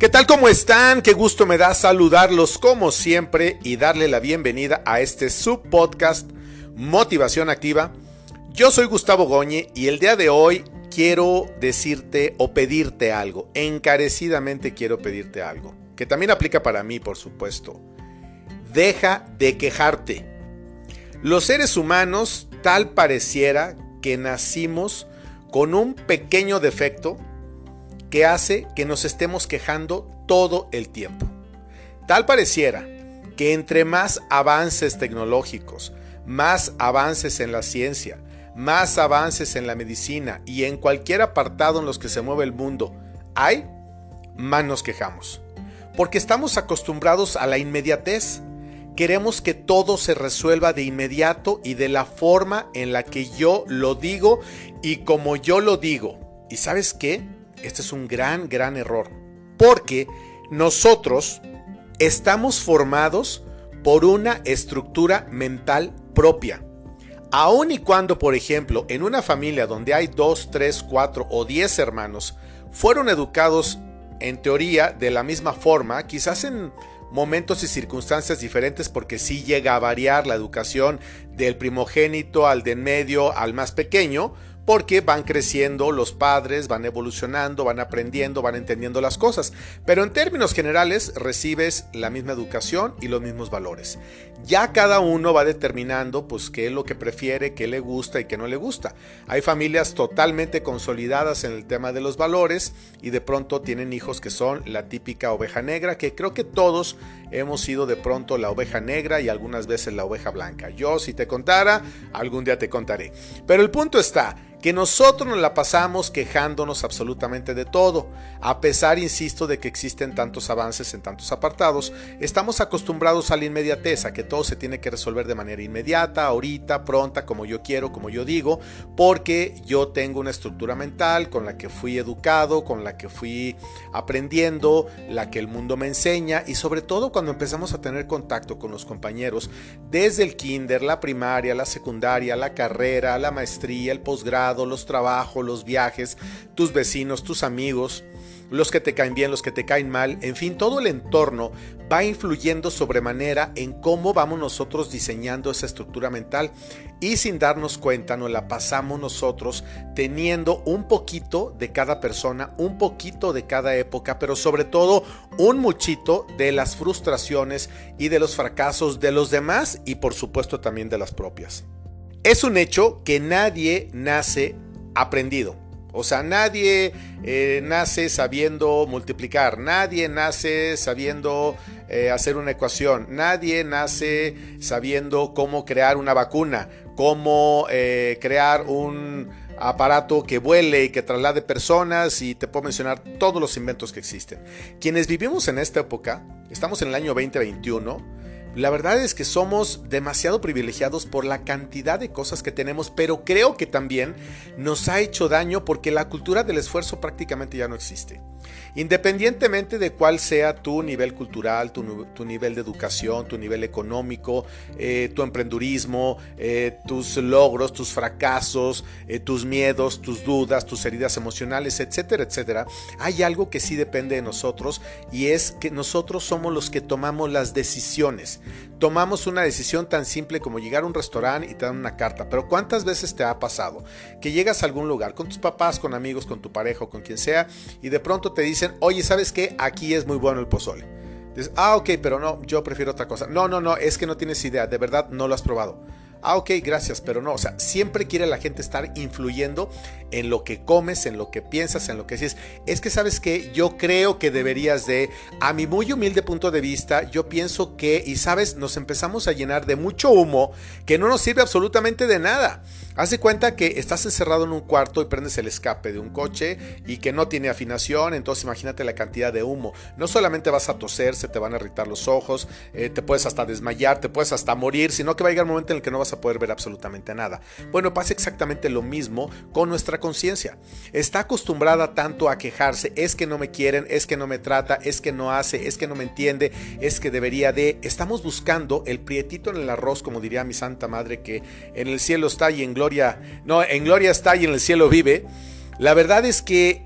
¿Qué tal? ¿Cómo están? Qué gusto me da saludarlos como siempre y darle la bienvenida a este subpodcast Motivación Activa. Yo soy Gustavo Goñi y el día de hoy quiero decirte o pedirte algo. Encarecidamente quiero pedirte algo, que también aplica para mí, por supuesto. Deja de quejarte. Los seres humanos tal pareciera que nacimos con un pequeño defecto que hace que nos estemos quejando todo el tiempo. Tal pareciera que entre más avances tecnológicos, más avances en la ciencia, más avances en la medicina y en cualquier apartado en los que se mueve el mundo hay, más nos quejamos. Porque estamos acostumbrados a la inmediatez. Queremos que todo se resuelva de inmediato y de la forma en la que yo lo digo y como yo lo digo. ¿Y sabes qué? Este es un gran error, porque nosotros estamos formados por una estructura mental propia. Aun y cuando, por ejemplo, en una familia donde hay 2, 3, 4 o 10 hermanos, fueron educados en teoría de la misma forma, quizás en momentos y circunstancias diferentes, porque sí llega a variar la educación del primogénito al de en medio al más pequeño, porque van creciendo los padres, van evolucionando, van aprendiendo, van entendiendo las cosas. Pero en términos generales recibes la misma educación y los mismos valores. Ya cada uno va determinando pues qué es lo que prefiere, qué le gusta y qué no le gusta. Hay familias totalmente consolidadas en el tema de los valores y de pronto tienen hijos que son la típica oveja negra, que creo que todos hemos sido de pronto la oveja negra y algunas veces la oveja blanca. Yo, si te contara, algún día te contaré. Pero el punto está que nosotros nos la pasamos quejándonos absolutamente de todo. A pesar, insisto, de que existen tantos avances en tantos apartados, estamos acostumbrados a la inmediatez, a que todo se tiene que resolver de manera inmediata, ahorita, pronta, como yo quiero, como yo digo, porque yo tengo una estructura mental con la que fui educado, con la que fui aprendiendo, la que el mundo me enseña, y sobre todo cuando empezamos a tener contacto con los compañeros desde el kinder, la primaria, la secundaria, la carrera, la maestría, el posgrado, los trabajos, los viajes, tus vecinos, tus amigos, los que te caen bien, los que te caen mal, en fin, todo el entorno va influyendo sobremanera en cómo vamos nosotros diseñando esa estructura mental y sin darnos cuenta nos la pasamos nosotros teniendo un poquito de cada persona, un poquito de cada época, pero sobre todo un muchito de las frustraciones y de los fracasos de los demás y por supuesto también de las propias. Es un hecho que nadie nace aprendido. O sea, nadie nace sabiendo multiplicar, nadie nace sabiendo hacer una ecuación, nadie nace sabiendo cómo crear una vacuna, cómo crear un aparato que vuele y que traslade personas, y te puedo mencionar todos los inventos que existen. Quienes vivimos en esta época, estamos en el año 2021, la verdad es que somos demasiado privilegiados por la cantidad de cosas que tenemos, pero creo que también nos ha hecho daño porque la cultura del esfuerzo prácticamente ya no existe. Independientemente de cuál sea tu nivel cultural, tu nivel de educación, tu nivel económico, tu emprendurismo, tus logros, tus fracasos, tus miedos, tus dudas, tus heridas emocionales, etcétera, etcétera, hay algo que sí depende de nosotros y es que nosotros somos los que tomamos las decisiones. Tomamos una decisión tan simple como llegar a un restaurante y te dan una carta, pero ¿cuántas veces te ha pasado que llegas a algún lugar con tus papás, con amigos, con tu pareja o con quien sea y de pronto te dicen, oye, ¿sabes qué? Aquí es muy bueno el pozole. Dices, ok, pero no, yo prefiero otra cosa. No, es que no tienes idea, de verdad no lo has probado. Ok, gracias, pero no, o sea, siempre quiere la gente estar influyendo en lo que comes, en lo que piensas, en lo que dices. Es que, ¿sabes qué? Yo creo que deberías de, a mi muy humilde punto de vista, yo pienso que, y sabes, nos empezamos a llenar de mucho humo que no nos sirve absolutamente de nada. Haz de cuenta que estás encerrado en un cuarto y prendes el escape de un coche y que no tiene afinación, entonces imagínate la cantidad de humo. No solamente vas a toser, se te van a irritar los ojos, te puedes hasta desmayar, te puedes hasta morir, sino que va a llegar un momento en el que no vas a poder ver absolutamente nada. Bueno, pasa exactamente lo mismo con nuestra conciencia. Está acostumbrada tanto a quejarse, es que no me quieren, es que no me trata, es que no hace, es que no me entiende, es que debería de. Estamos buscando el prietito en el arroz, como diría mi santa madre, que en el cielo está y en gloria está y en el cielo vive. La verdad es que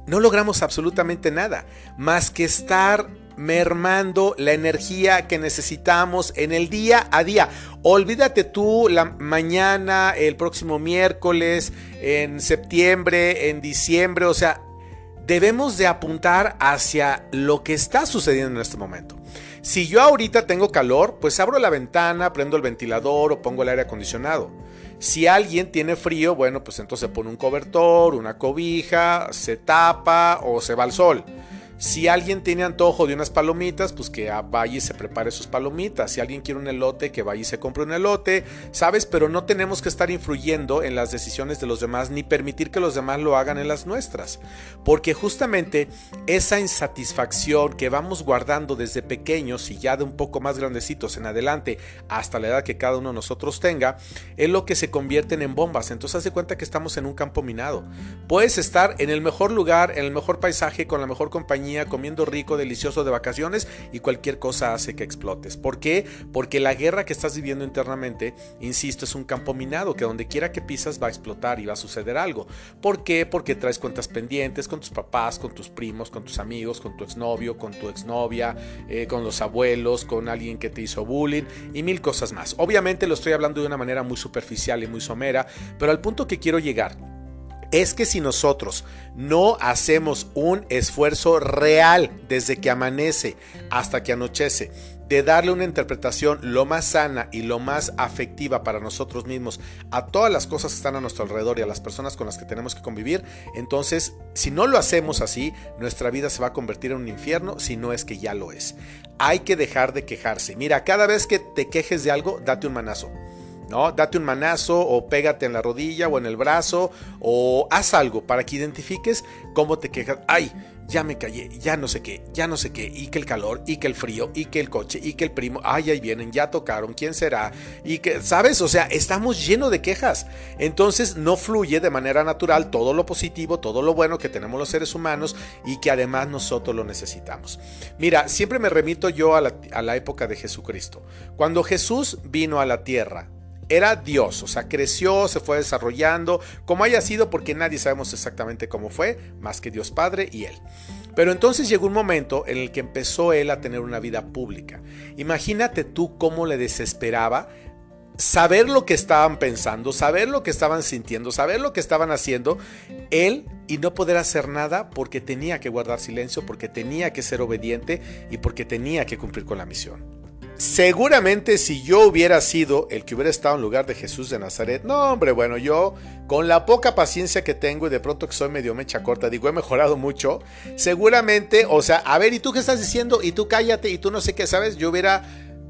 no logramos absolutamente nada, más que estar mermando la energía que necesitamos en el día a día. Olvídate tú la mañana, el próximo miércoles, en septiembre, en diciembre, o sea, debemos de apuntar hacia lo que está sucediendo en este momento. Si yo ahorita tengo calor, pues abro la ventana, prendo el ventilador o pongo el aire acondicionado. Si alguien tiene frío, bueno, pues entonces pone un cobertor, una cobija, se tapa o se va al sol. Si alguien tiene antojo de unas palomitas, pues que vaya y se prepare sus palomitas. Si alguien quiere un elote, que vaya y se compre un elote, ¿sabes? Pero no tenemos que estar influyendo en las decisiones de los demás, ni permitir que los demás lo hagan en las nuestras. Porque justamente esa insatisfacción que vamos guardando desde pequeños y ya de un poco más grandecitos en adelante, hasta la edad que cada uno de nosotros tenga, es lo que se convierten en bombas. Entonces haz de cuenta que estamos en un campo minado. Puedes estar en el mejor lugar, en el mejor paisaje, con la mejor compañía, comiendo rico, delicioso de vacaciones, y cualquier cosa hace que explotes. ¿Por qué? Porque la guerra que estás viviendo internamente, insisto, es un campo minado que donde quiera que pisas va a explotar y va a suceder algo. ¿Por qué? Porque traes cuentas pendientes con tus papás, con tus primos, con tus amigos, con tu exnovio, con tu exnovia, con los abuelos, con alguien que te hizo bullying y mil cosas más. Obviamente lo estoy hablando de una manera muy superficial y muy somera, pero al punto que quiero llegar es que si nosotros no hacemos un esfuerzo real desde que amanece hasta que anochece, de darle una interpretación lo más sana y lo más afectiva para nosotros mismos a todas las cosas que están a nuestro alrededor y a las personas con las que tenemos que convivir, entonces si no lo hacemos así, nuestra vida se va a convertir en un infierno, si no es que ya lo es. Hay que dejar de quejarse. Mira, cada vez que te quejes de algo, date un manazo. ¿No? Date un manazo o pégate en la rodilla o en el brazo o haz algo para que identifiques cómo te quejas. Ay, ya me callé, ya no sé qué, y que el calor, y que el frío, y que el coche, y que el primo, ay, ahí vienen, ya tocaron, ¿quién será? Y que, ¿sabes? O sea, estamos llenos de quejas. Entonces no fluye de manera natural todo lo positivo, todo lo bueno que tenemos los seres humanos y que además nosotros lo necesitamos. Mira, siempre me remito yo a la época de Jesucristo. Cuando Jesús vino a la tierra, era Dios, o sea, creció, se fue desarrollando, como haya sido, porque nadie sabemos exactamente cómo fue, más que Dios Padre y Él. Pero entonces llegó un momento en el que empezó Él a tener una vida pública. Imagínate tú cómo le desesperaba saber lo que estaban pensando, saber lo que estaban sintiendo, saber lo que estaban haciendo, Él, y no poder hacer nada porque tenía que guardar silencio, porque tenía que ser obediente y porque tenía que cumplir con la misión. Seguramente si yo hubiera sido el que hubiera estado en lugar de Jesús de Nazaret, no hombre, bueno, yo con la poca paciencia que tengo y de pronto que soy medio mecha corta, digo, he mejorado mucho, seguramente, o sea, a ver, ¿y tú qué estás diciendo? Y tú cállate, y tú no sé qué, ¿sabes? Yo hubiera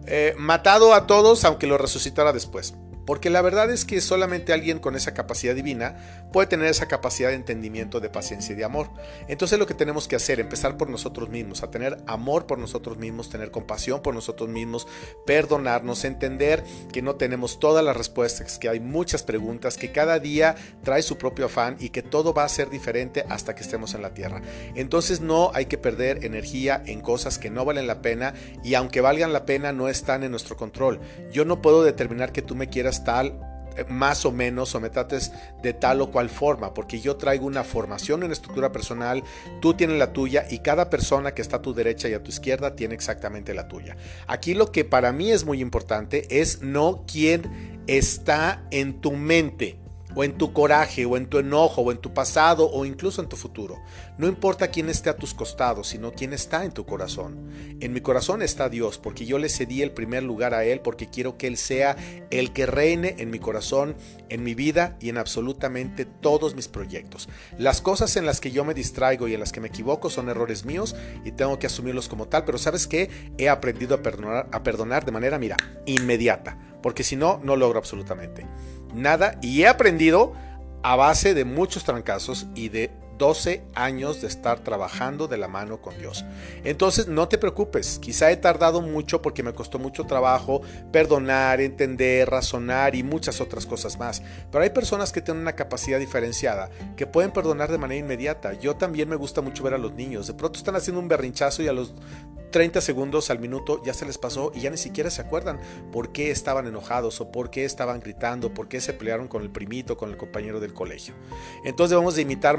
matado a todos aunque lo resucitara después. Porque la verdad es que solamente alguien con esa capacidad divina puede tener esa capacidad de entendimiento, de paciencia y de amor. Entonces lo que tenemos que hacer, empezar por nosotros mismos, a tener amor por nosotros mismos, tener compasión por nosotros mismos, perdonarnos, entender que no tenemos todas las respuestas, que hay muchas preguntas, que cada día trae su propio afán y que todo va a ser diferente hasta que estemos en la tierra. Entonces no hay que perder energía en cosas que no valen la pena, y aunque valgan la pena no están en nuestro control. Yo no puedo determinar que tú me quieras tal, más o menos, o me trates de tal o cual forma, porque yo traigo una formación en estructura personal, tú tienes la tuya, y cada persona que está a tu derecha y a tu izquierda tiene exactamente la tuya. Aquí lo que para mí es muy importante es no quién está en tu mente, o en tu coraje, o en tu enojo, o en tu pasado, o incluso en tu futuro. No importa quién esté a tus costados, sino quién está en tu corazón. En mi corazón está Dios, porque yo le cedí el primer lugar a Él, porque quiero que Él sea el que reine en mi corazón, en mi vida y en absolutamente todos mis proyectos. Las cosas en las que yo me distraigo y en las que me equivoco son errores míos y tengo que asumirlos como tal, pero ¿sabes qué? He aprendido a perdonar de manera, mira, inmediata, porque si no, no logro absolutamente nada, y he aprendido a base de muchos trancazos y de 12 años de estar trabajando de la mano con Dios. Entonces no te preocupes, quizá he tardado mucho porque me costó mucho trabajo perdonar, entender, razonar y muchas otras cosas más, pero hay personas que tienen una capacidad diferenciada que pueden perdonar de manera inmediata. Yo también me gusta mucho ver a los niños, de pronto están haciendo un berrinchazo y a los 30 segundos al minuto ya se les pasó y ya ni siquiera se acuerdan por qué estaban enojados o por qué estaban gritando, por qué se pelearon con el primito, con el compañero del colegio. Entonces debemos de imitar más a los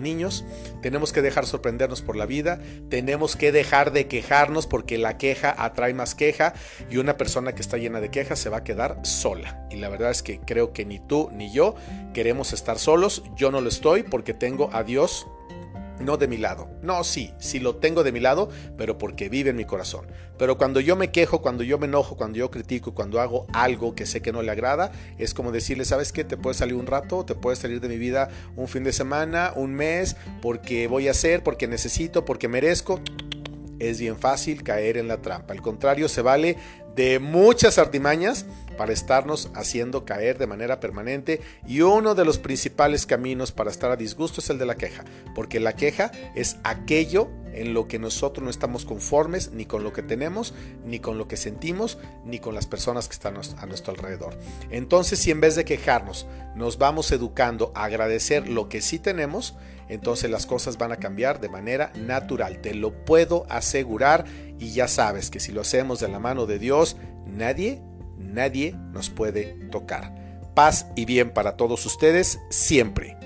niños, tenemos que dejar sorprendernos por la vida, tenemos que dejar de quejarnos porque la queja atrae más queja y una persona que está llena de quejas se va a quedar sola. Y la verdad es que creo que ni tú ni yo queremos estar solos. Yo no lo estoy porque tengo a Dios no de mi lado. No, sí lo tengo de mi lado, pero porque vive en mi corazón. Pero cuando yo me quejo, cuando yo me enojo, cuando yo critico, cuando hago algo que sé que no le agrada, es como decirle, ¿sabes qué? Te puedes salir un rato, te puedes salir de mi vida un fin de semana, un mes, porque voy a hacer, porque necesito, porque merezco. Es bien fácil caer en la trampa. Al contrario, se vale de muchas artimañas para estarnos haciendo caer de manera permanente, y uno de los principales caminos para estar a disgusto es el de la queja, porque la queja es aquello en lo que nosotros no estamos conformes ni con lo que tenemos, ni con lo que sentimos, ni con las personas que están a nuestro alrededor. Entonces, si en vez de quejarnos nos vamos educando a agradecer lo que sí tenemos, entonces las cosas van a cambiar de manera natural, te lo puedo asegurar. Y ya sabes que si lo hacemos de la mano de Dios, nadie nos puede tocar. Paz y bien para todos ustedes siempre.